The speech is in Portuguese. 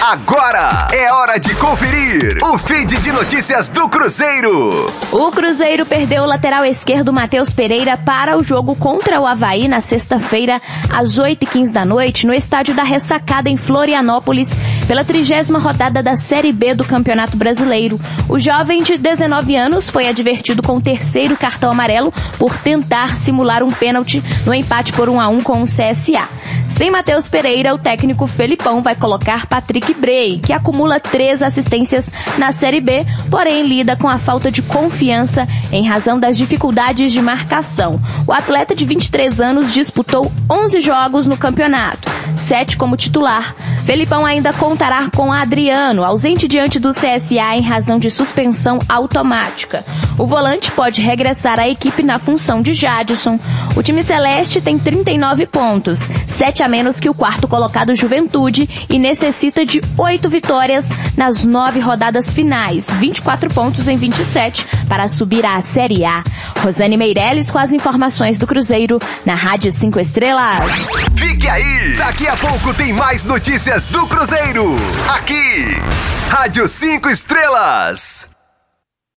Agora é hora de conferir o feed de notícias do Cruzeiro. O Cruzeiro perdeu o lateral esquerdo Matheus Pereira para o jogo contra o Avaí na sexta-feira, às 8h15 da noite, no estádio da Ressacada, em Florianópolis, pela 30ª rodada da Série B do Campeonato Brasileiro. O jovem de 19 anos foi advertido com o terceiro cartão amarelo por tentar simular um pênalti no empate por 1-1 com o CSA. Sem Matheus Pereira, o técnico Felipão vai colocar Patrick Bray, que acumula 3 assistências na Série B, porém lida com a falta de confiança em razão das dificuldades de marcação. O atleta de 23 anos disputou 11 jogos no campeonato, 7 como titular. Felipão ainda contará com Adriano, ausente diante do CSA em razão de suspensão automática. O volante pode regressar à equipe na função de Jadson. O time celeste tem 39 pontos, 7 a menos que o quarto colocado Juventude, e necessita de 8 vitórias nas 9 rodadas finais, 24 pontos em 27, para subir à Série A. Rosane Meirelles com as informações do Cruzeiro, na Rádio 5 Estrelas. Fique aí! Daqui a pouco tem mais notícias do Cruzeiro. Aqui, Rádio 5 Estrelas.